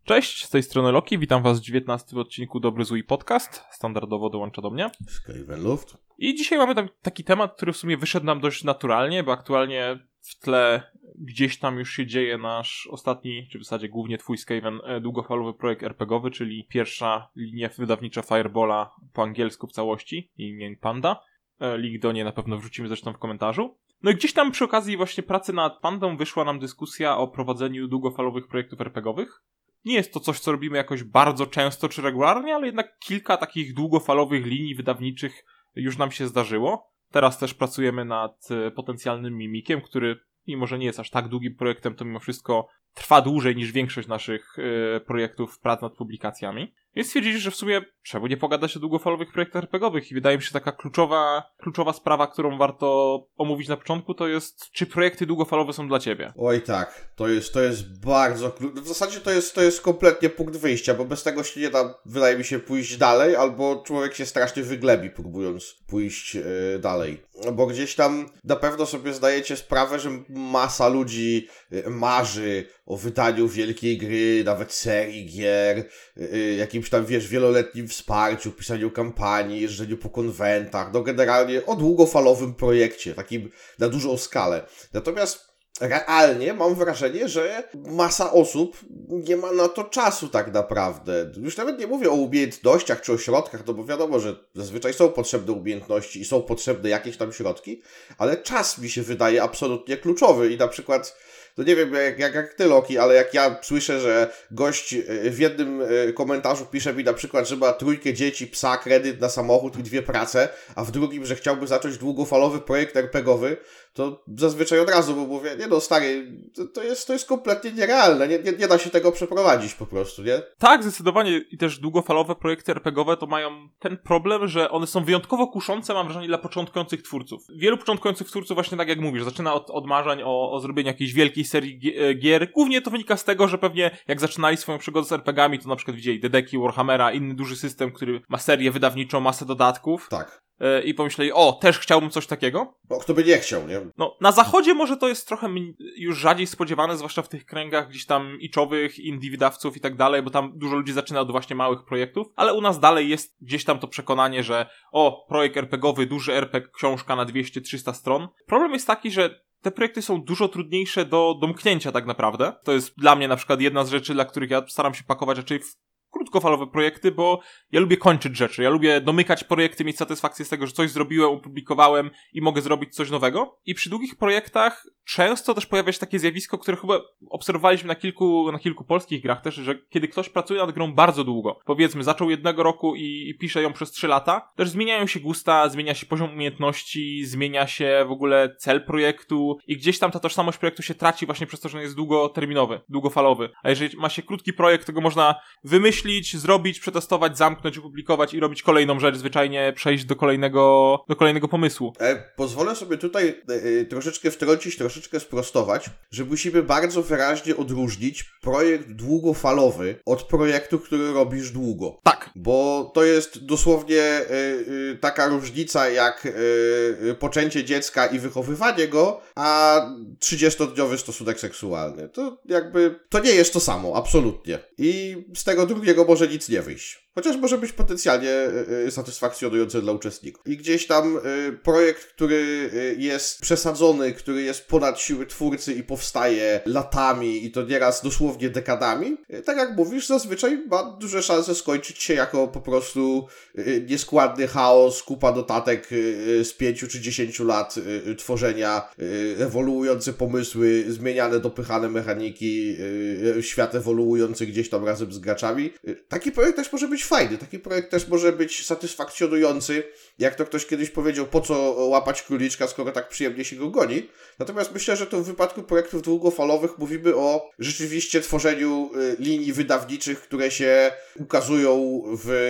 Cześć, z tej strony Loki, witam was w 19 odcinku Dobry Zły Podcast. Standardowo dołącza do mnie Skavenloft. I dzisiaj mamy taki temat, który w sumie wyszedł nam dość naturalnie, bo aktualnie w tle gdzieś tam już się dzieje nasz ostatni, czy w zasadzie głównie twój Skaven, długofalowy projekt RPGowy, czyli pierwsza linia wydawnicza Fireballa po angielsku w całości, imię Panda. Link do niej na pewno wrzucimy zresztą w komentarzu. No i gdzieś tam przy okazji właśnie pracy nad Pandą wyszła nam dyskusja o prowadzeniu długofalowych projektów RPGowych. Nie jest to coś, co robimy jakoś bardzo często czy regularnie, ale jednak kilka takich długofalowych linii wydawniczych już nam się zdarzyło. Teraz też pracujemy nad potencjalnym Mimikiem, który mimo że nie jest aż tak długim projektem, to mimo wszystko trwa dłużej niż większość naszych projektów prac nad publikacjami. Więc stwierdzili, że w sumie czemu nie pogadać o długofalowych projektach RPGowych i wydaje mi się taka kluczowa sprawa, którą warto omówić na początku, to jest, czy projekty długofalowe są dla ciebie? Oj tak, to jest bardzo... W zasadzie to jest kompletnie punkt wyjścia, bo bez tego się nie da, wydaje mi się, pójść dalej, albo człowiek się strasznie wyglebi, próbując pójść dalej. Bo gdzieś tam na pewno sobie zdajecie sprawę, że masa ludzi marzy o wydaniu wielkiej gry, nawet serii gier, jakimś tam, wieloletnim wsparciu, pisaniu kampanii, jeżdżeniu po konwentach, no generalnie o długofalowym projekcie, takim na dużą skalę. Natomiast realnie mam wrażenie, że masa osób nie ma na to czasu tak naprawdę. Już nawet nie mówię o umiejętnościach czy o środkach, no bo wiadomo, że zazwyczaj są potrzebne umiejętności i są potrzebne jakieś tam środki, ale czas mi się wydaje absolutnie kluczowy i na przykład... No nie wiem jak ty, Loki, ale jak ja słyszę, że gość w jednym komentarzu pisze mi na przykład, że ma 3 dzieci, psa, kredyt na samochód i 2 prace, a w drugim, że chciałby zacząć długofalowy projekt RPGowy, to zazwyczaj od razu mu mówię, nie no stary, to jest kompletnie nierealne, nie da się tego przeprowadzić po prostu, nie? Tak, zdecydowanie i też długofalowe projekty RPGowe to mają ten problem, że one są wyjątkowo kuszące, mam wrażenie, dla początkujących twórców. Wielu początkujących twórców właśnie tak jak mówisz, zaczyna od marzeń o zrobieniu jakiejś wielkiej serii gier. Głównie to wynika z tego, że pewnie jak zaczynali swoją przygodę z RPGami, to na przykład widzieli Dedeki, Warhammera, inny duży system, który ma serię wydawniczą, masę dodatków. Tak. I pomyśleli, też chciałbym coś takiego. No, kto by nie chciał, nie? No, na zachodzie może to jest trochę już rzadziej spodziewane, zwłaszcza w tych kręgach gdzieś tam iczowych, indie wydawców i tak dalej, bo tam dużo ludzi zaczyna od właśnie małych projektów, ale u nas dalej jest gdzieś tam to przekonanie, że projekt RPGowy, duży RPG, książka na 200-300 stron. Problem jest taki, że te projekty są dużo trudniejsze do domknięcia tak naprawdę. To jest dla mnie na przykład jedna z rzeczy, dla których ja staram się pakować raczej w krótkofalowe projekty, bo ja lubię kończyć rzeczy, ja lubię domykać projekty, mieć satysfakcję z tego, że coś zrobiłem, opublikowałem i mogę zrobić coś nowego. I przy długich projektach często też pojawia się takie zjawisko, które chyba obserwowaliśmy na kilku polskich grach też, że kiedy ktoś pracuje nad grą bardzo długo, powiedzmy zaczął jednego roku i pisze ją przez 3 lata, też zmieniają się gusta, zmienia się poziom umiejętności, zmienia się w ogóle cel projektu i gdzieś tam ta tożsamość projektu się traci właśnie przez to, że on jest długoterminowy, długofalowy. A jeżeli ma się krótki projekt, to go można wymyślić, zrobić, przetestować, zamknąć, opublikować i robić kolejną rzecz, zwyczajnie przejść do kolejnego pomysłu. Pozwolę sobie tutaj troszeczkę wtrącić, troszeczkę sprostować, że musimy bardzo wyraźnie odróżnić projekt długofalowy od projektu, który robisz długo. Tak. Bo to jest dosłownie taka różnica jak poczęcie dziecka i wychowywanie go, a 30-dniowy stosunek seksualny. To jakby, to nie jest to samo, absolutnie. I z tego drugiego może nic nie wyjść. Chociaż może być potencjalnie satysfakcjonujący dla uczestników. I gdzieś tam projekt, który jest przesadzony, który jest ponad siły twórcy i powstaje latami i to nieraz dosłownie dekadami, tak jak mówisz, zazwyczaj ma duże szanse skończyć się jako po prostu nieskładny chaos, kupa notatek z 5 czy 10 lat tworzenia, ewoluujące pomysły, zmieniane, dopychane mechaniki, świat ewoluujący gdzieś tam razem z graczami. Taki projekt też może być fajny, taki projekt też może być satysfakcjonujący, jak to ktoś kiedyś powiedział, po co łapać króliczka, skoro tak przyjemnie się go goni. Natomiast myślę, że to w wypadku projektów długofalowych mówimy o rzeczywiście tworzeniu linii wydawniczych, które się ukazują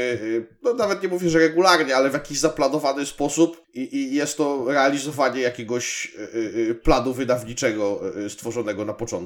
no nawet nie mówię, że regularnie, ale w jakiś zaplanowany sposób i jest to realizowanie jakiegoś planu wydawniczego stworzonego na początku.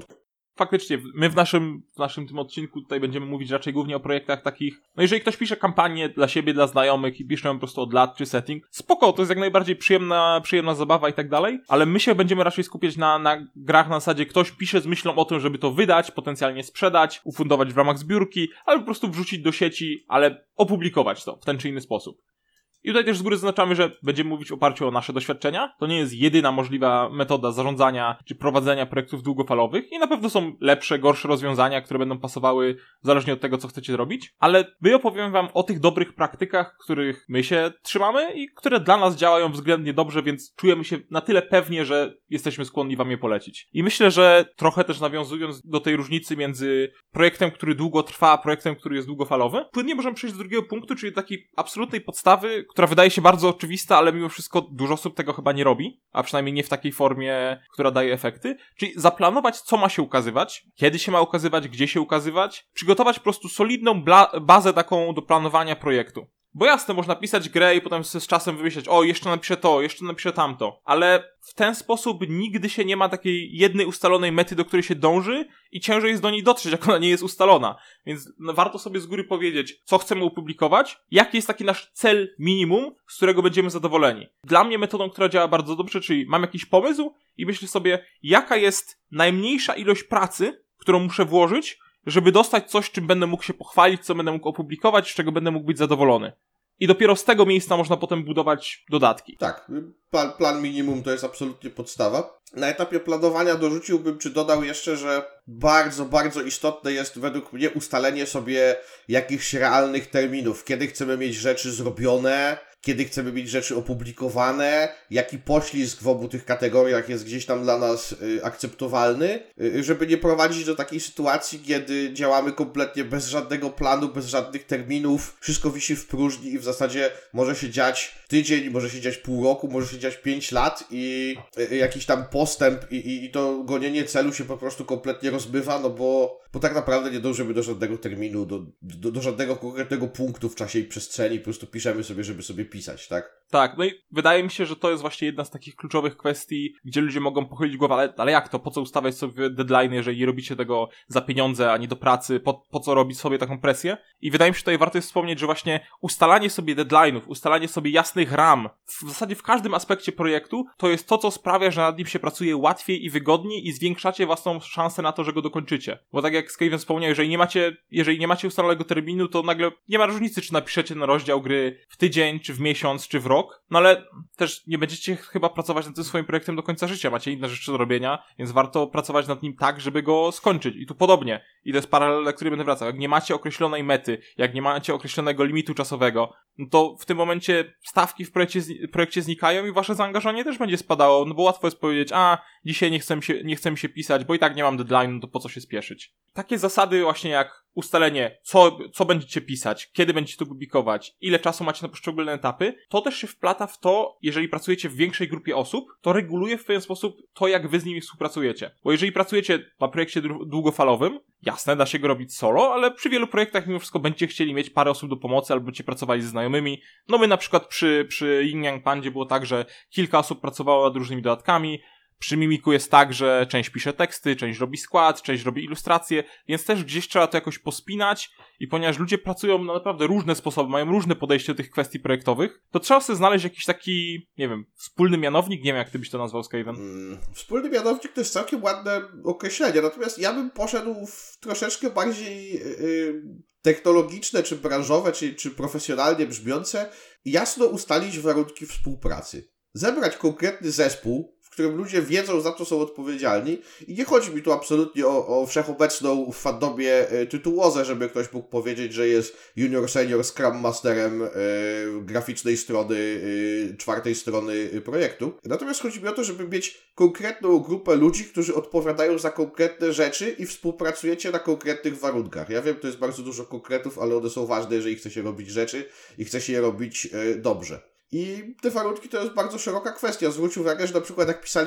faktycznie, my w naszym tym odcinku tutaj będziemy mówić raczej głównie o projektach takich, no jeżeli ktoś pisze kampanię dla siebie, dla znajomych i pisze ją po prostu od lat, czy setting, spoko, to jest jak najbardziej przyjemna zabawa i tak dalej, ale my się będziemy raczej skupiać na grach na zasadzie ktoś pisze z myślą o tym, żeby to wydać, potencjalnie sprzedać, ufundować w ramach zbiórki, albo po prostu wrzucić do sieci, ale opublikować to w ten czy inny sposób. I tutaj też z góry zaznaczamy, że będziemy mówić w oparciu o nasze doświadczenia. To nie jest jedyna możliwa metoda zarządzania czy prowadzenia projektów długofalowych i na pewno są lepsze, gorsze rozwiązania, które będą pasowały zależnie od tego, co chcecie zrobić. Ale my opowiemy wam o tych dobrych praktykach, których my się trzymamy i które dla nas działają względnie dobrze, więc czujemy się na tyle pewnie, że jesteśmy skłonni wam je polecić. I myślę, że trochę też nawiązując do tej różnicy między projektem, który długo trwa, a projektem, który jest długofalowy, płynnie możemy przejść do drugiego punktu, czyli takiej absolutnej podstawy, która wydaje się bardzo oczywista, ale mimo wszystko dużo osób tego chyba nie robi, a przynajmniej nie w takiej formie, która daje efekty, czyli zaplanować, co ma się ukazywać, kiedy się ma ukazywać, gdzie się ukazywać, przygotować po prostu solidną bazę taką do planowania projektu. Bo jasne, można pisać grę i potem z czasem wymyśleć, o, jeszcze napiszę to, jeszcze napiszę tamto, ale w ten sposób nigdy się nie ma takiej jednej ustalonej mety, do której się dąży i ciężej jest do niej dotrzeć, jak ona nie jest ustalona. Więc warto sobie z góry powiedzieć, co chcemy opublikować, jaki jest taki nasz cel minimum, z którego będziemy zadowoleni. Dla mnie metodą, która działa bardzo dobrze, czyli mam jakiś pomysł i myślę sobie, jaka jest najmniejsza ilość pracy, którą muszę włożyć, żeby dostać coś, czym będę mógł się pochwalić, co będę mógł opublikować, z czego będę mógł być zadowolony. I dopiero z tego miejsca można potem budować dodatki. Tak, plan minimum to jest absolutnie podstawa. Na etapie planowania dorzuciłbym, czy dodał jeszcze, że bardzo, bardzo istotne jest według mnie ustalenie sobie jakichś realnych terminów, kiedy chcemy mieć rzeczy zrobione, kiedy chcemy mieć rzeczy opublikowane, jaki poślizg w obu tych kategoriach jest gdzieś tam dla nas akceptowalny, żeby nie prowadzić do takiej sytuacji, kiedy działamy kompletnie bez żadnego planu, bez żadnych terminów, wszystko wisi w próżni i w zasadzie może się dziać tydzień, może się dziać pół roku, może się dziać 5 lat i jakiś tam postęp i to gonienie celu się po prostu kompletnie rozbywa, no bo tak naprawdę nie dążymy do żadnego terminu, do żadnego konkretnego punktu w czasie i przestrzeni, po prostu piszemy sobie, żeby sobie pisać, tak? Tak, no i wydaje mi się, że to jest właśnie jedna z takich kluczowych kwestii, gdzie ludzie mogą pochylić głowę, ale jak to? Po co ustawiać sobie deadline, jeżeli nie robicie tego za pieniądze, ani do pracy? Po co robić sobie taką presję? I wydaje mi się, że tutaj warto jest wspomnieć, że właśnie ustalanie sobie deadline'ów, ustalanie sobie jasnych ram, w zasadzie w każdym aspekcie projektu, to jest to, co sprawia, że nad nim się pracuje łatwiej i wygodniej i zwiększacie własną szansę na to, że go dokończycie. Bo tak jak Skaven wspomniał, jeżeli nie macie ustalonego terminu, to nagle nie ma różnicy, czy napiszecie na rozdział gry w tydzień, czy w miesiąc, czy w rok, no ale też nie będziecie chyba pracować nad tym swoim projektem do końca życia, macie inne rzeczy do robienia, więc warto pracować nad nim tak, żeby go skończyć. I tu podobnie. I to jest paralel, na który będę wracał. Jak nie macie określonej mety, jak nie macie określonego limitu czasowego, no to w tym momencie stawki w projekcie znikają i wasze zaangażowanie też będzie spadało, no bo łatwo jest powiedzieć, dzisiaj nie chcę mi się pisać, bo i tak nie mam deadline, no to po co się spieszyć. Takie zasady właśnie jak ustalenie, co będziecie pisać, kiedy będziecie to publikować, ile czasu macie na poszczególne etapy, to też się wplata w to, jeżeli pracujecie w większej grupie osób, to reguluje w pewien sposób to, jak wy z nimi współpracujecie. Bo jeżeli pracujecie na projekcie długofalowym, jasne, da się go robić solo, ale przy wielu projektach mimo wszystko będziecie chcieli mieć parę osób do pomocy, albo będziecie pracowali ze znajomymi. No my na przykład przy Yin Yang Pandzie było tak, że kilka osób pracowało nad różnymi dodatkami. Przy Mimiku jest tak, że część pisze teksty, część robi skład, część robi ilustracje, więc też gdzieś trzeba to jakoś pospinać i ponieważ ludzie pracują na naprawdę różne sposoby, mają różne podejście do tych kwestii projektowych, to trzeba sobie znaleźć jakiś taki, nie wiem, wspólny mianownik, nie wiem jak ty byś to nazwał, Skaven. Wspólny mianownik to jest całkiem ładne określenie, natomiast ja bym poszedł w troszeczkę bardziej technologiczne, czy branżowe, czy profesjonalnie brzmiące, jasno ustalić warunki współpracy. Zebrać konkretny zespół, w którym ludzie wiedzą, za co są odpowiedzialni i nie chodzi mi tu absolutnie o wszechobecną w fandomie tytułozę, żeby ktoś mógł powiedzieć, że jest junior, senior, scrum masterem graficznej strony, czwartej strony projektu. Natomiast chodzi mi o to, żeby mieć konkretną grupę ludzi, którzy odpowiadają za konkretne rzeczy i współpracujecie na konkretnych warunkach. Ja wiem, to jest bardzo dużo konkretów, ale one są ważne, jeżeli chce się robić rzeczy i chce się je robić dobrze. I te warunki to jest bardzo szeroka kwestia. Zwróć uwagę, że na przykład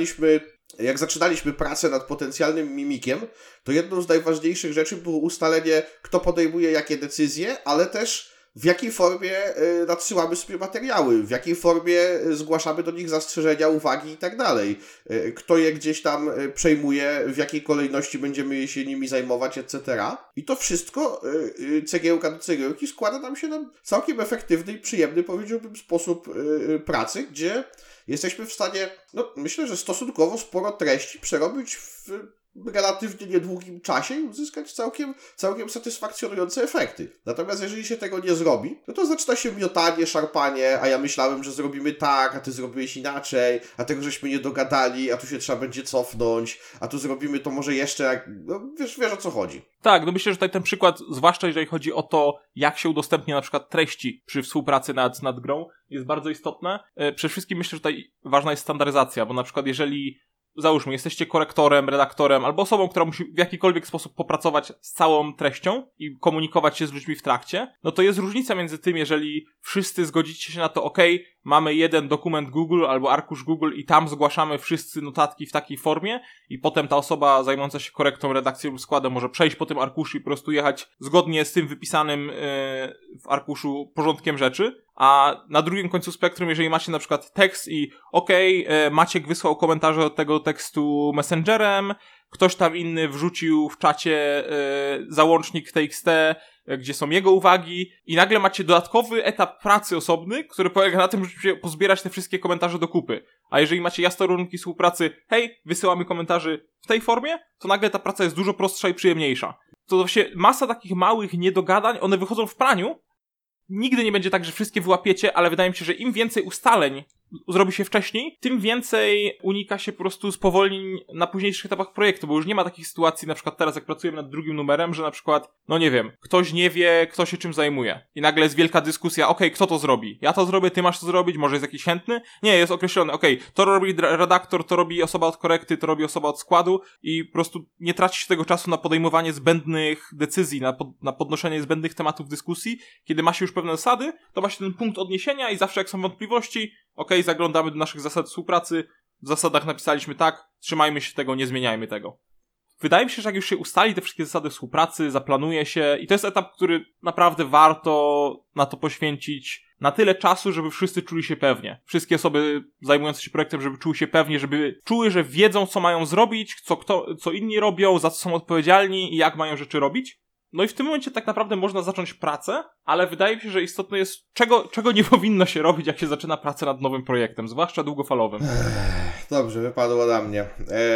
jak zaczynaliśmy pracę nad potencjalnym Mimikiem, to jedną z najważniejszych rzeczy było ustalenie, kto podejmuje jakie decyzje, ale też w jakiej formie nadsyłamy sobie materiały, w jakiej formie zgłaszamy do nich zastrzeżenia, uwagi i tak dalej. Kto je gdzieś tam przejmuje, w jakiej kolejności będziemy się nimi zajmować, etc. I to wszystko cegiełka do cegiełki składa nam się na całkiem efektywny i przyjemny, powiedziałbym, sposób pracy, gdzie jesteśmy w stanie, myślę, że stosunkowo sporo treści przerobić w relatywnie niedługim czasie i uzyskać całkiem satysfakcjonujące efekty. Natomiast jeżeli się tego nie zrobi, to zaczyna się miotanie, szarpanie, a ja myślałem, że zrobimy tak, a ty zrobiłeś inaczej, a tego żeśmy nie dogadali, a tu się trzeba będzie cofnąć, a tu zrobimy to może jeszcze, wiesz o co chodzi. Tak, myślę, że tutaj ten przykład, zwłaszcza jeżeli chodzi o to, jak się udostępnia na przykład treści przy współpracy nad grą, jest bardzo istotne. Przede wszystkim myślę, że tutaj ważna jest standaryzacja, bo na przykład jeżeli załóżmy, jesteście korektorem, redaktorem albo osobą, która musi w jakikolwiek sposób popracować z całą treścią i komunikować się z ludźmi w trakcie, no to jest różnica między tym, jeżeli wszyscy zgodzicie się na to, mamy jeden dokument Google albo arkusz Google i tam zgłaszamy wszyscy notatki w takiej formie i potem ta osoba zajmująca się korektą, redakcją lub składem może przejść po tym arkuszu i po prostu jechać zgodnie z tym wypisanym w arkuszu porządkiem rzeczy. A na drugim końcu spektrum, jeżeli macie na przykład tekst i Maciek wysłał komentarze do tego tekstu Messengerem, ktoś tam inny wrzucił w czacie załącznik TXT, gdzie są jego uwagi i nagle macie dodatkowy etap pracy osobny, który polega na tym, żeby pozbierać te wszystkie komentarze do kupy. A jeżeli macie jasne warunki współpracy, wysyłamy komentarzy w tej formie, to nagle ta praca jest dużo prostsza i przyjemniejsza. To właśnie masa takich małych niedogadań, one wychodzą w praniu. Nigdy nie będzie tak, że wszystkie wyłapiecie, ale wydaje mi się, że im więcej ustaleń zrobi się wcześniej, tym więcej unika się po prostu spowolnień na późniejszych etapach projektu, bo już nie ma takich sytuacji, na przykład teraz jak pracujemy nad drugim numerem, że na przykład, ktoś nie wie, kto się czym zajmuje i nagle jest wielka dyskusja, kto to zrobi? Ja to zrobię, ty masz to zrobić, może jest jakiś chętny? Nie, jest określone, to robi redaktor, to robi osoba od korekty, to robi osoba od składu i po prostu nie traci się tego czasu na podejmowanie zbędnych decyzji, na podnoszenie zbędnych tematów dyskusji. Kiedy ma się już pewne zasady, to ma się ten punkt odniesienia i zawsze jak są wątpliwości, zaglądamy do naszych zasad współpracy, w zasadach napisaliśmy tak, trzymajmy się tego, nie zmieniajmy tego. Wydaje mi się, że jak już się ustali te wszystkie zasady współpracy, zaplanuje się i to jest etap, który naprawdę warto na to poświęcić na tyle czasu, żeby wszyscy czuli się pewnie. Wszystkie osoby zajmujące się projektem, żeby czuły się pewnie, żeby czuły, że wiedzą, co mają zrobić, co inni robią, za co są odpowiedzialni i jak mają rzeczy robić. No i w tym momencie tak naprawdę można zacząć pracę, ale wydaje mi się, że istotne jest, czego nie powinno się robić, jak się zaczyna pracę nad nowym projektem, zwłaszcza długofalowym. Dobrze, wypadło na mnie.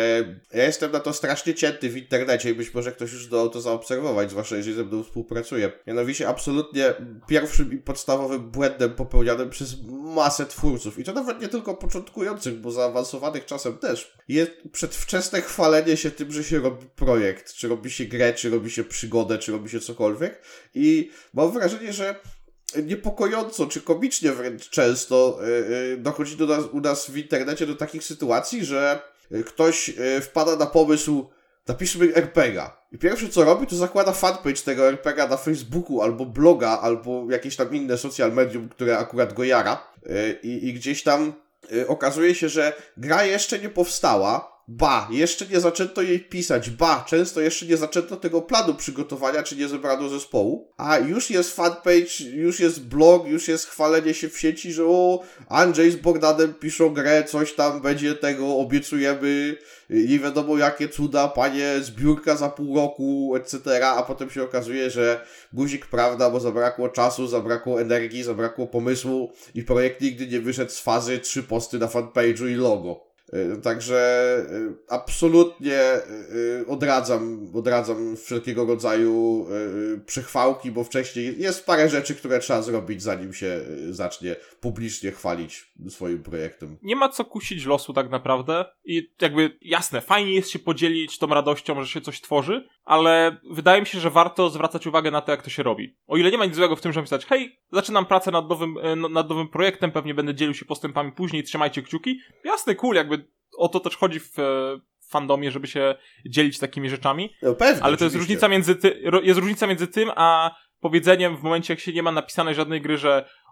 Ja jestem na to strasznie cięty w internecie i być może ktoś już zdołał to zaobserwować, zwłaszcza jeżeli ze mną współpracuje. Mianowicie absolutnie pierwszym i podstawowym błędem popełnianym przez masę twórców, i to nawet nie tylko początkujących, bo zaawansowanych czasem też, jest przedwczesne chwalenie się tym, że się robi projekt, czy robi się grę, czy robi się przygodę, czy robi się cokolwiek. I mam wrażenie, że niepokojąco, czy komicznie wręcz często dochodzi u nas w internecie do takich sytuacji, że ktoś wpada na pomysł, napiszmy RPG-a. I pierwsze co robi, to zakłada fanpage tego RPG-a na Facebooku, albo bloga, albo jakieś tam inne social medium, które akurat go jara. I gdzieś tam okazuje się, że gra jeszcze nie powstała, jeszcze nie zaczęto jej pisać, często jeszcze nie zaczęto tego planu przygotowania, czy nie zebrano zespołu, a już jest fanpage, już jest blog, już jest chwalenie się w sieci, że Andrzej z Bogdanem piszą grę, coś tam będzie tego, obiecujemy, nie wiadomo jakie cuda, panie, zbiórka za pół roku, etc., a potem się okazuje, że guzik prawda, bo zabrakło czasu, zabrakło energii, zabrakło pomysłu i projekt nigdy nie wyszedł z fazy 3 posty na fanpage'u i logo. Także absolutnie odradzam wszelkiego rodzaju przechwałki, bo wcześniej jest parę rzeczy, które trzeba zrobić, zanim się zacznie publicznie chwalić swoim projektem. Nie ma co kusić losu tak naprawdę i jasne, fajnie jest się podzielić tą radością, że się coś tworzy, ale wydaje mi się, że warto zwracać uwagę na to, jak to się robi. O ile nie ma nic złego w tym, żeby pisać, zaczynam pracę nad nowym projektem, pewnie będę dzielił się postępami później, trzymajcie kciuki. Jasne, cool, o to też chodzi w fandomie, żeby się dzielić takimi rzeczami. No pewnie, ale to jest różnica między tym, a powiedzeniem w momencie, jak się nie ma napisanej żadnej gry, że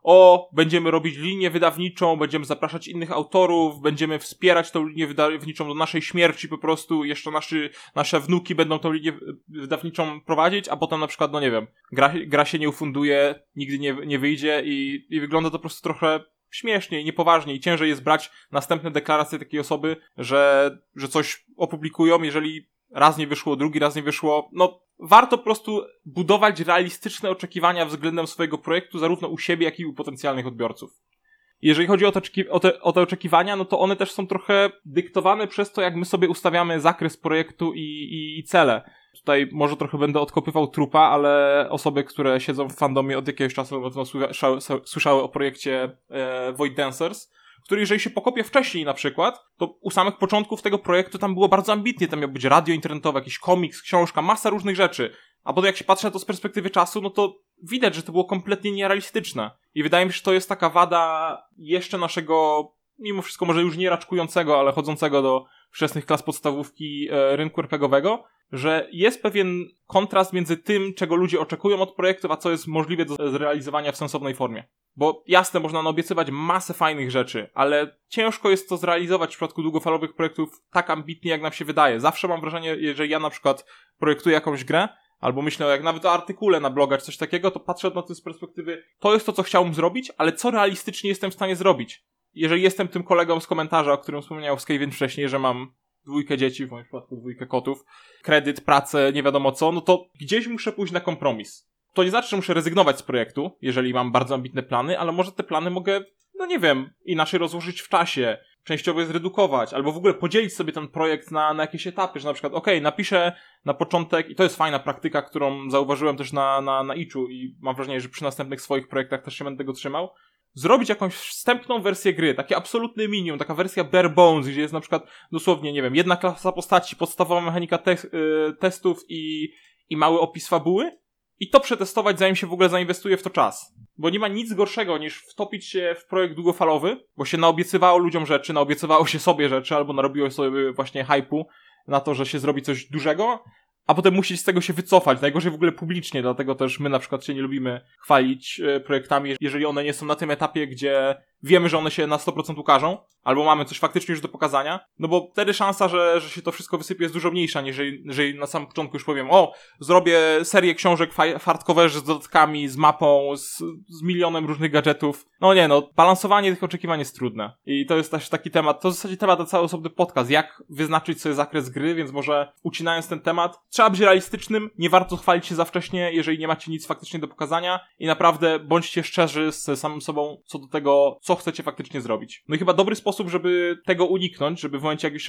będziemy robić linię wydawniczą, będziemy zapraszać innych autorów, będziemy wspierać tą linię wydawniczą do naszej śmierci po prostu, jeszcze nasze wnuki będą tą linię wydawniczą prowadzić, a potem na przykład, no nie wiem, gra się nie ufunduje, nigdy nie wyjdzie i wygląda to po prostu trochę śmiesznie i niepoważnie i ciężej jest brać następne deklaracje takiej osoby, że coś opublikują, jeżeli raz nie wyszło, drugi raz nie wyszło. No, warto po prostu budować realistyczne oczekiwania względem swojego projektu, zarówno u siebie, jak i u potencjalnych odbiorców. Jeżeli chodzi o te oczekiwania, no to one też są trochę dyktowane przez to, jak my sobie ustawiamy zakres projektu i cele. Tutaj może trochę będę odkopywał trupa, ale osoby, które siedzą w fandomie od jakiegoś czasu, na pewno słyszały o projekcie Void Dancers, który jeżeli się pokopie wcześniej na przykład, to u samych początków tego projektu tam było bardzo ambitnie, tam miał być radio internetowe, jakiś komiks, książka, masa różnych rzeczy. A potem jak się patrzy na to z perspektywy czasu, no to widać, że to było kompletnie nierealistyczne. I wydaje mi się, że to jest taka wada jeszcze naszego, mimo wszystko może już nie raczkującego, ale chodzącego do wczesnych klas podstawówki rynku RPGowego, że jest pewien kontrast między tym, czego ludzie oczekują od projektów, a co jest możliwe do zrealizowania w sensownej formie. Bo jasne, można naobiecywać masę fajnych rzeczy, ale ciężko jest to zrealizować w przypadku długofalowych projektów tak ambitnie, jak nam się wydaje. Zawsze mam wrażenie, jeżeli ja na przykład projektuję jakąś grę, albo myślę jak nawet o artykule na bloga czy coś takiego, to patrzę na to z perspektywy, to jest to, co chciałbym zrobić, ale co realistycznie jestem w stanie zrobić. Jeżeli jestem tym kolegą z komentarza, o którym wspomniał Skaven wcześniej, że mam 2 dzieci, w moim przypadku 2 kotów, kredyt, pracę, nie wiadomo co, no to gdzieś muszę pójść na kompromis. To nie znaczy, że muszę rezygnować z projektu, jeżeli mam bardzo ambitne plany, ale może te plany mogę, no nie wiem, inaczej rozłożyć w czasie, częściowo je zredukować, albo w ogóle podzielić sobie ten projekt na jakieś etapy, że na przykład, napiszę na początek, i to jest fajna praktyka, którą zauważyłem też na Itchu i mam wrażenie, że przy następnych swoich projektach też się będę tego trzymał, zrobić jakąś wstępną wersję gry, takie absolutne minimum, taka wersja bare bones, gdzie jest na przykład dosłownie, nie wiem, jedna klasa postaci, podstawowa mechanika testów i mały opis fabuły i to przetestować, zanim się w ogóle zainwestuje w to czas. Bo nie ma nic gorszego niż wtopić się w projekt długofalowy, bo się naobiecywało ludziom rzeczy, naobiecywało się sobie rzeczy, albo narobiło sobie właśnie hype'u na to, że się zrobi coś dużego, a potem musieć z tego się wycofać, najgorzej w ogóle publicznie, dlatego też my na przykład się nie lubimy chwalić projektami, jeżeli one nie są na tym etapie, gdzie wiemy, że one się na 100% ukażą, albo mamy coś faktycznie już do pokazania, no bo wtedy szansa, że się to wszystko wysypie jest dużo mniejsza, niż jeżeli na samym początku już powiem, zrobię serię książek hardcover z dodatkami, z mapą, z milionem różnych gadżetów. Balansowanie tych oczekiwań jest trudne. I to jest też taki temat, to w zasadzie temat na cały osobny podcast, jak wyznaczyć sobie zakres gry, więc może ucinając ten temat, trzeba być realistycznym, nie warto chwalić się za wcześnie, jeżeli nie macie nic faktycznie do pokazania i naprawdę bądźcie szczerzy z samym sobą co do tego, co chcecie faktycznie zrobić. No i chyba dobry sposób, żeby tego uniknąć, żeby w momencie jak już się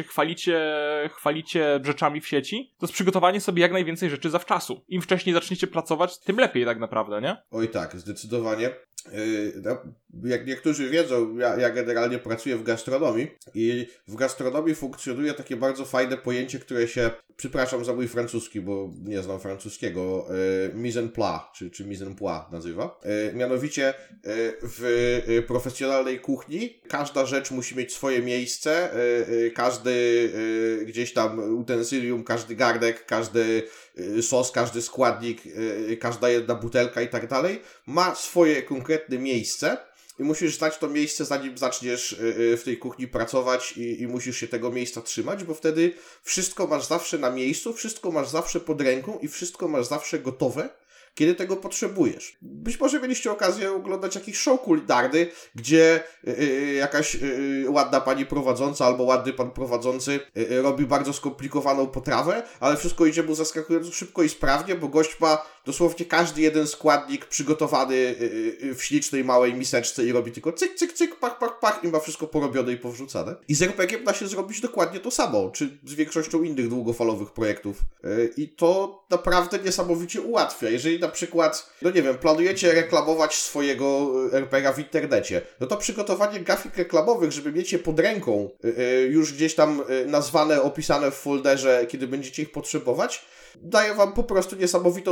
chwalicie rzeczami w sieci, to jest przygotowanie sobie jak najwięcej rzeczy zawczasu. Im wcześniej zaczniecie pracować, tym lepiej tak naprawdę, nie? Oj tak, zdecydowanie. Jak niektórzy wiedzą, ja generalnie pracuję w gastronomii i w gastronomii funkcjonuje takie bardzo fajne pojęcie, które się, przepraszam za mój francuski, bo nie znam francuskiego, mise en place, czy mise en place nazywa. Mianowicie w profesjonalnej kuchni każda rzecz musi mieć swoje miejsce, każdy gdzieś tam utensylium, każdy garnek, każdy sos, każdy składnik, każda jedna butelka i tak dalej ma swoje konkretne miejsce i musisz znać to miejsce, zanim zaczniesz w tej kuchni pracować i musisz się tego miejsca trzymać, bo wtedy wszystko masz zawsze na miejscu, wszystko masz zawsze pod ręką i wszystko masz zawsze gotowe, kiedy tego potrzebujesz. Być może mieliście okazję oglądać jakiś show kulinarny, gdzie jakaś ładna pani prowadząca albo ładny pan prowadzący robi bardzo skomplikowaną potrawę, ale wszystko idzie mu zaskakująco szybko i sprawnie, bo gość ma dosłownie każdy jeden składnik przygotowany w ślicznej małej miseczce i robi tylko cyk, cyk, cyk, pach, pach, pach i ma wszystko porobione i powrzucane. I z RPG-iem da się zrobić dokładnie to samo, czy z większością innych długofalowych projektów. I to naprawdę niesamowicie ułatwia. Jeżeli na przykład, planujecie reklamować swojego RPG w internecie, no to przygotowanie grafik reklamowych, żeby mieć je pod ręką, już gdzieś tam nazwane, opisane w folderze, kiedy będziecie ich potrzebować, daje wam po prostu niesamowitą swobodę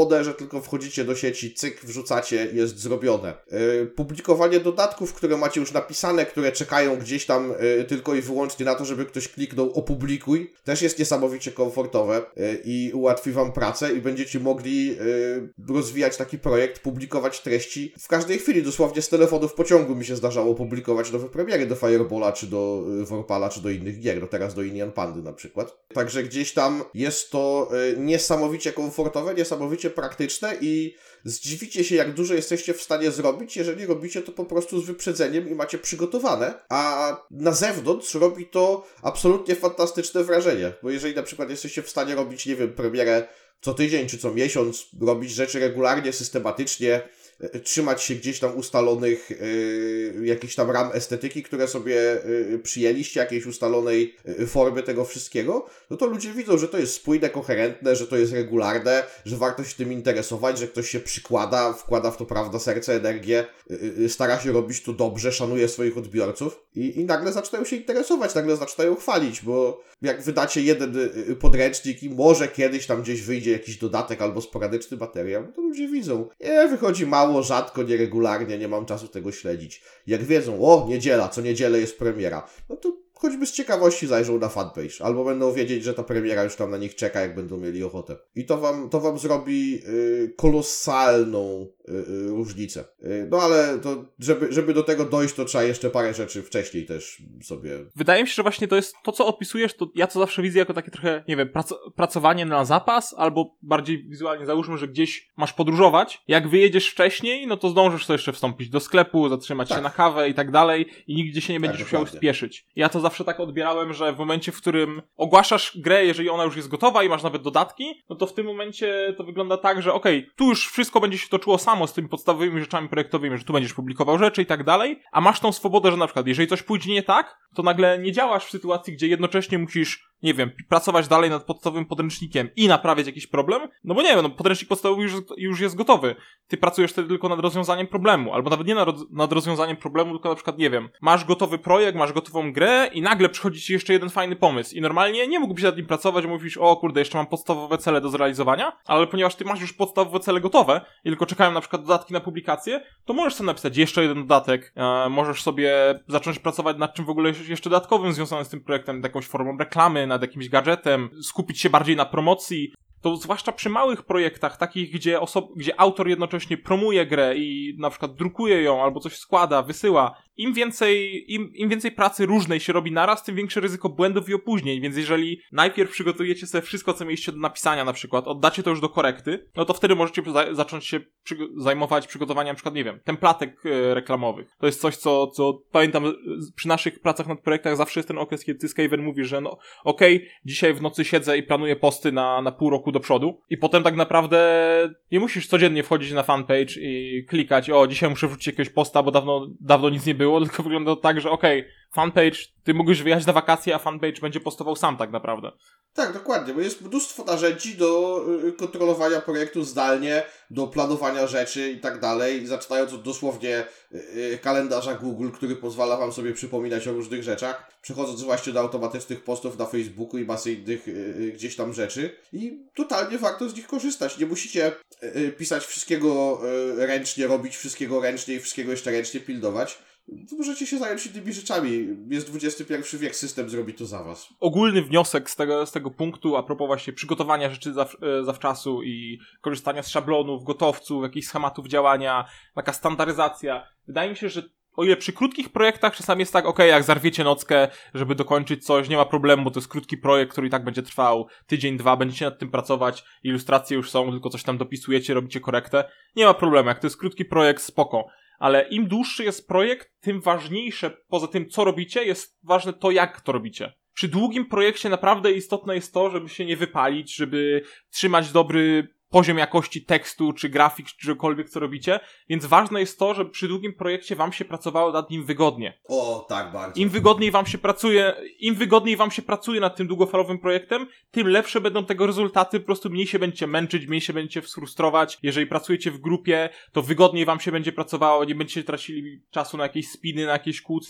modę, że tylko wchodzicie do sieci, cyk, wrzucacie, jest zrobione. Publikowanie dodatków, które macie już napisane, które czekają gdzieś tam tylko i wyłącznie na to, żeby ktoś kliknął opublikuj, też jest niesamowicie komfortowe i ułatwi wam pracę i będziecie mogli rozwijać taki projekt, publikować treści w każdej chwili. Dosłownie z telefonu w pociągu mi się zdarzało publikować nowe premiery do Fireballa, czy do Warpala, czy do innych gier, teraz do Indian Pandy na przykład. Także gdzieś tam jest to niesamowicie komfortowe, niesamowicie praktyczne i zdziwicie się, jak dużo jesteście w stanie zrobić, jeżeli robicie to po prostu z wyprzedzeniem i macie przygotowane, a na zewnątrz robi to absolutnie fantastyczne wrażenie, bo jeżeli na przykład jesteście w stanie robić, nie wiem, premierę co tydzień czy co miesiąc, robić rzeczy regularnie, systematycznie, trzymać się gdzieś tam ustalonych jakichś tam ram estetyki, które sobie przyjęliście, jakiejś ustalonej formy tego wszystkiego, no to ludzie widzą, że to jest spójne, koherentne, że to jest regularne, że warto się tym interesować, że ktoś się przykłada, wkłada w to, prawda, serce, energię, stara się robić to dobrze, szanuje swoich odbiorców i nagle zaczynają się interesować, nagle zaczynają chwalić, bo jak wydacie jeden podręcznik i może kiedyś tam gdzieś wyjdzie jakiś dodatek albo sporadyczny materiał, no to ludzie widzą. Wychodzi mało, rzadko, nieregularnie, nie mam czasu tego śledzić. Jak wiedzą, o, niedziela, co niedzielę jest premiera, no to choćby z ciekawości zajrzą na fanpage, albo będą wiedzieć, że ta premiera już tam na nich czeka, jak będą mieli ochotę. I to wam zrobi kolosalną różnicę. No ale to, żeby do tego dojść, to trzeba jeszcze parę rzeczy wcześniej też sobie... Wydaje mi się, że właśnie to jest to, co opisujesz, to ja to zawsze widzę jako takie trochę, nie wiem, pracowanie na zapas, albo bardziej wizualnie załóżmy, że gdzieś masz podróżować. Jak wyjedziesz wcześniej, no to zdążysz sobie jeszcze wstąpić do sklepu, zatrzymać się na kawę i tak dalej i nigdzie się nie będziesz musiał spieszyć. Ja to zawsze tak odbierałem, że w momencie, w którym ogłaszasz grę, jeżeli ona już jest gotowa i masz nawet dodatki, no to w tym momencie to wygląda tak, że okej, tu już wszystko będzie się toczyło samo z tymi podstawowymi rzeczami projektowymi, że tu będziesz publikował rzeczy i tak dalej, a masz tą swobodę, że na przykład jeżeli coś pójdzie nie tak, to nagle nie działasz w sytuacji, gdzie jednocześnie musisz, nie wiem, pracować dalej nad podstawowym podręcznikiem i naprawiać jakiś problem, no bo nie wiem, no podręcznik podstawowy już jest gotowy. Ty pracujesz wtedy tylko nad rozwiązaniem problemu, albo nawet nie nad rozwiązaniem problemu, tylko na przykład, nie wiem, masz gotowy projekt, masz gotową grę i nagle przychodzi ci jeszcze jeden fajny pomysł i normalnie nie mógłbyś nad nim pracować, bo mówisz, o kurde, jeszcze mam podstawowe cele do zrealizowania, ale ponieważ ty masz już podstawowe cele gotowe i tylko czekają na przykład dodatki na publikację, to możesz sobie napisać jeszcze jeden dodatek, możesz sobie zacząć pracować nad czym w ogóle jeszcze dodatkowym związanym z tym projektem, nad jakąś formą reklamy, nad jakimś gadżetem, skupić się bardziej na promocji. To zwłaszcza przy małych projektach, takich, gdzie autor jednocześnie promuje grę i na przykład drukuje ją, albo coś składa, wysyła. Im więcej pracy różnej się robi naraz, tym większe ryzyko błędów i opóźnień, więc jeżeli najpierw przygotujecie sobie wszystko, co mieliście do napisania na przykład, oddacie to już do korekty, no to wtedy możecie zacząć się zajmować przygotowaniem na przykład, nie wiem, templatek reklamowych. To jest coś, co pamiętam przy naszych pracach nad projektach zawsze jest ten okres, kiedy ty, Skaven, mówisz, że no okej, dzisiaj w nocy siedzę i planuję posty na pół roku do przodu i potem tak naprawdę nie musisz codziennie wchodzić na fanpage i klikać, o, dzisiaj muszę wrzucić jakiegoś posta, bo dawno nic nie było, tylko wygląda to tak, że fanpage, ty mógłbyś wyjechać na wakacje, a fanpage będzie postował sam tak naprawdę. Tak, dokładnie, bo jest mnóstwo narzędzi do kontrolowania projektu zdalnie, do planowania rzeczy i tak dalej, zaczynając od dosłownie kalendarza Google, który pozwala wam sobie przypominać o różnych rzeczach, przechodząc właśnie do automatycznych postów na Facebooku i masy innych gdzieś tam rzeczy i totalnie warto z nich korzystać. Nie musicie pisać wszystkiego ręcznie, robić wszystkiego ręcznie i wszystkiego jeszcze ręcznie pilnować. Możecie się zająć innymi rzeczami. Jest XXI wiek, system zrobi to za was. Ogólny wniosek z tego punktu, a propos właśnie przygotowania rzeczy zawczasu i korzystania z szablonów, gotowców, jakichś schematów działania, taka standaryzacja. Wydaje mi się, że o ile przy krótkich projektach czasami jest tak, jak zarwiecie nockę, żeby dokończyć coś, nie ma problemu, bo to jest krótki projekt, który i tak będzie trwał tydzień, 2, będziecie nad tym pracować, ilustracje już są, tylko coś tam dopisujecie, robicie korektę. Nie ma problemu, jak to jest krótki projekt, spoko. Ale im dłuższy jest projekt, tym ważniejsze, poza tym co robicie, jest ważne to, jak to robicie. Przy długim projekcie naprawdę istotne jest to, żeby się nie wypalić, żeby trzymać dobry poziom jakości tekstu, czy grafik, czy czegokolwiek, co robicie, więc ważne jest to, żeby przy długim projekcie wam się pracowało nad nim wygodnie. O, tak bardzo. Im wygodniej wam się pracuje nad tym długofalowym projektem, tym lepsze będą tego rezultaty, po prostu mniej się będziecie męczyć, mniej się będziecie frustrować. Jeżeli pracujecie w grupie, to wygodniej wam się będzie pracowało, nie będziecie tracili czasu na jakieś spiny, na jakieś kłótnie.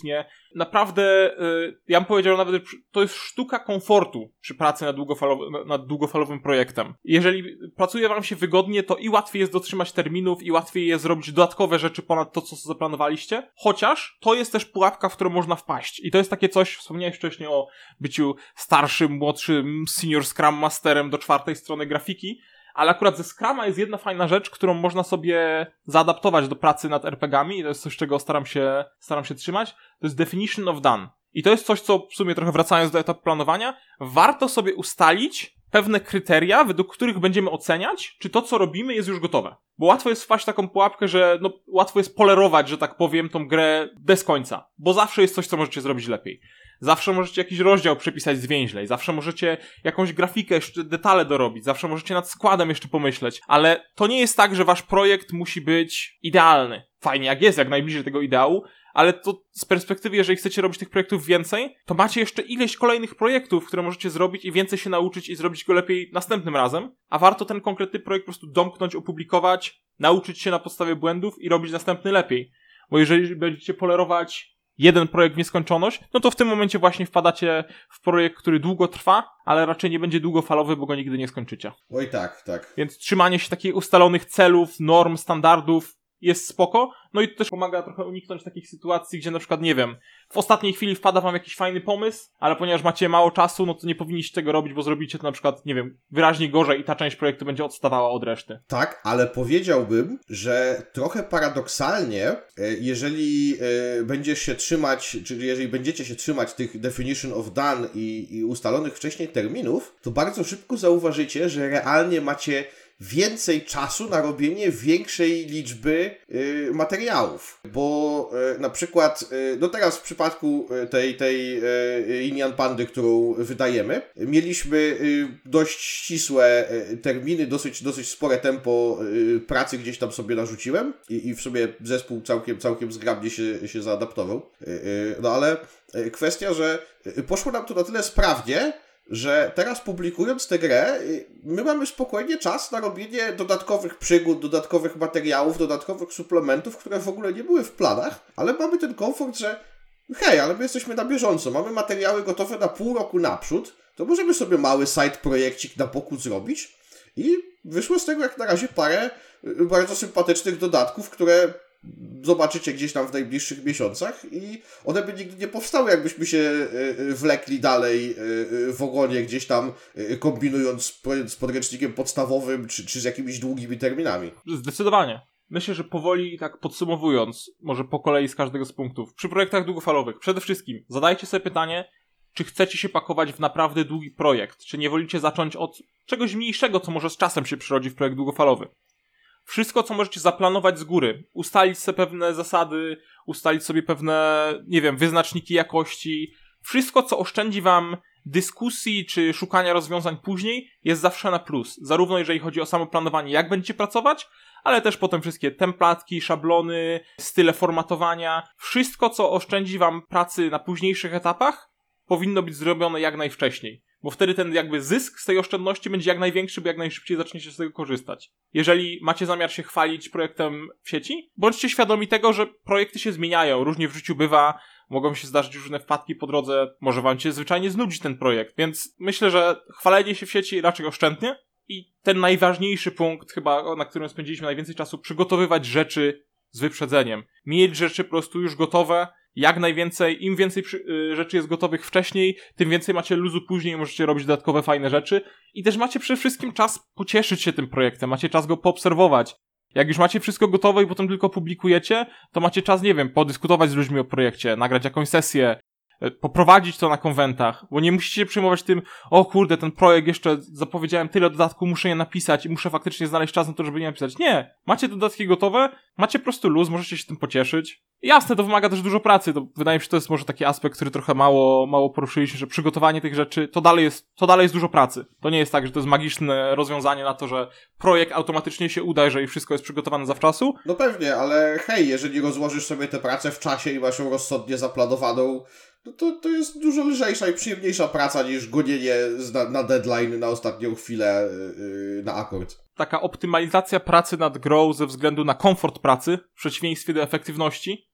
naprawdę, ja bym powiedział nawet, że to jest sztuka komfortu przy pracy nad długofalowym projektem. Jeżeli pracuje wam się wygodnie, to i łatwiej jest dotrzymać terminów, i łatwiej jest zrobić dodatkowe rzeczy ponad to, co zaplanowaliście. Chociaż to jest też pułapka, w którą można wpaść. I to jest takie coś, wspomniałeś wcześniej o byciu starszym, młodszym, senior Scrum Masterem do 4. strony grafiki, ale akurat ze Scruma jest jedna fajna rzecz, którą można sobie zaadaptować do pracy nad RPG-ami i to jest coś, czego staram się trzymać. To jest definition of done. I to jest coś, co w sumie trochę wracając do etapu planowania, warto sobie ustalić pewne kryteria, według których będziemy oceniać, czy to, co robimy, jest już gotowe. Bo łatwo jest wpaść w taką pułapkę, że łatwo jest polerować, że tak powiem, tą grę bez końca. Bo zawsze jest coś, co możecie zrobić lepiej. Zawsze możecie jakiś rozdział przepisać zwięźlej, zawsze możecie jakąś grafikę, jeszcze detale dorobić, zawsze możecie nad składem jeszcze pomyśleć, ale to nie jest tak, że wasz projekt musi być idealny. Fajnie jak jest, jak najbliżej tego ideału, ale to z perspektywy, jeżeli chcecie robić tych projektów więcej, to macie jeszcze ileś kolejnych projektów, które możecie zrobić i więcej się nauczyć i zrobić go lepiej następnym razem, a warto ten konkretny projekt po prostu domknąć, opublikować, nauczyć się na podstawie błędów i robić następny lepiej. Bo jeżeli będziecie polerować jeden projekt w nieskończoność, no to w tym momencie właśnie wpadacie w projekt, który długo trwa, ale raczej nie będzie długofalowy, bo go nigdy nie skończycie. Oj tak, tak. Więc trzymanie się takich ustalonych celów, norm, standardów jest spoko, no i to też pomaga trochę uniknąć takich sytuacji, gdzie na przykład, nie wiem, w ostatniej chwili wpada wam jakiś fajny pomysł, ale ponieważ macie mało czasu, no to nie powinniście tego robić, bo zrobicie to na przykład, nie wiem, wyraźnie gorzej i ta część projektu będzie odstawała od reszty. Tak, ale powiedziałbym, że trochę paradoksalnie, jeżeli będziesz się trzymać, czyli jeżeli będziecie się trzymać tych definition of done i ustalonych wcześniej terminów, to bardzo szybko zauważycie, że realnie macie więcej czasu na robienie większej liczby materiałów. Bo na przykład, no teraz w przypadku tej Yin Pandy, którą wydajemy, mieliśmy dość ścisłe terminy, dosyć spore tempo pracy gdzieś tam sobie narzuciłem i w sumie zespół całkiem zgrabnie się zaadaptował. No ale kwestia, że poszło nam to na tyle sprawnie, że teraz publikując tę grę, my mamy spokojnie czas na robienie dodatkowych przygód, dodatkowych materiałów, dodatkowych suplementów, które w ogóle nie były w planach, ale mamy ten komfort, że hej, ale my jesteśmy na bieżąco, mamy materiały gotowe na pół roku naprzód, to możemy sobie mały side projekcik na boku zrobić i wyszło z tego jak na razie parę bardzo sympatycznych dodatków, które zobaczycie gdzieś tam w najbliższych miesiącach i one by nigdy nie powstały, jakbyśmy się wlekli dalej w ogonie gdzieś tam kombinując z podręcznikiem podstawowym czy z jakimiś długimi terminami. Zdecydowanie. Myślę, że powoli tak podsumowując, może po kolei z każdego z punktów, przy projektach długofalowych przede wszystkim zadajcie sobie pytanie, czy chcecie się pakować w naprawdę długi projekt, czy nie wolicie zacząć od czegoś mniejszego, co może z czasem się przyrodzi w projekt długofalowy. Wszystko, co możecie zaplanować z góry, ustalić sobie pewne zasady, ustalić sobie pewne, nie wiem, wyznaczniki jakości, wszystko, co oszczędzi wam dyskusji czy szukania rozwiązań później, jest zawsze na plus. Zarówno jeżeli chodzi o samo planowanie, jak będziecie pracować, ale też potem wszystkie templatki, szablony, style formatowania. Wszystko, co oszczędzi wam pracy na późniejszych etapach, powinno być zrobione jak najwcześniej. Bo wtedy ten jakby zysk z tej oszczędności będzie jak największy, bo jak najszybciej zaczniecie z tego korzystać. Jeżeli macie zamiar się chwalić projektem w sieci, bądźcie świadomi tego, że projekty się zmieniają, różnie w życiu bywa, mogą się zdarzyć różne wpadki po drodze, może wam się zwyczajnie znudzić ten projekt, więc myślę, że chwalenie się w sieci raczej oszczędnie i ten najważniejszy punkt chyba, na którym spędziliśmy najwięcej czasu, przygotowywać rzeczy z wyprzedzeniem. Mieć rzeczy po prostu już gotowe, jak najwięcej, im więcej rzeczy jest gotowych wcześniej, tym więcej macie luzu później, możecie robić dodatkowe fajne rzeczy i też macie przede wszystkim czas pocieszyć się tym projektem, macie czas go poobserwować. Jak już macie wszystko gotowe i potem tylko publikujecie, to macie czas, nie wiem, podyskutować z ludźmi o projekcie, nagrać jakąś sesję, poprowadzić to na konwentach, bo nie musicie się przejmować tym, o kurde, ten projekt jeszcze zapowiedziałem tyle dodatku, muszę je napisać i muszę faktycznie znaleźć czas na to, żeby je napisać. Nie, macie dodatki gotowe, macie po prostu luz, możecie się tym pocieszyć. Jasne, to wymaga też dużo pracy, to wydaje mi się, że to jest może taki aspekt, który trochę mało poruszyliśmy, że przygotowanie tych rzeczy, to dalej jest dużo pracy. To nie jest tak, że to jest magiczne rozwiązanie na to, że projekt automatycznie się uda, jeżeli wszystko jest przygotowane zawczasu. No pewnie, ale hej, jeżeli rozłożysz sobie tę pracę w czasie i masz ją rozsądnie zaplanowaną, no to jest dużo lżejsza i przyjemniejsza praca niż gonienie na deadline na ostatnią chwilę na akord. Taka optymalizacja pracy nad grą ze względu na komfort pracy, w przeciwieństwie do efektywności,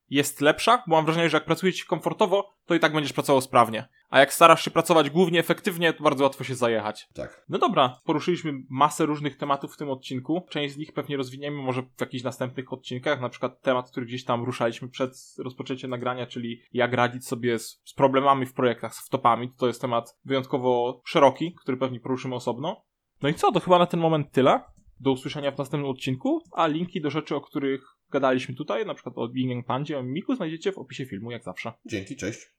jest lepsza, bo mam wrażenie, że jak pracujesz komfortowo, to i tak będziesz pracował sprawnie. A jak starasz się pracować głównie efektywnie, to bardzo łatwo się zajechać. Tak. No dobra, poruszyliśmy masę różnych tematów w tym odcinku. Część z nich pewnie rozwiniemy może w jakichś następnych odcinkach, na przykład temat, który gdzieś tam ruszaliśmy przed rozpoczęciem nagrania, czyli jak radzić sobie z problemami w projektach, z wtopami. To jest temat wyjątkowo szeroki, który pewnie poruszymy osobno. No i co, to chyba na ten moment tyle. Do usłyszenia w następnym odcinku, a linki do rzeczy, o których gadaliśmy tutaj, na przykład o Bing Pandzie, o Mimiku, znajdziecie w opisie filmu, jak zawsze. Dzięki, cześć.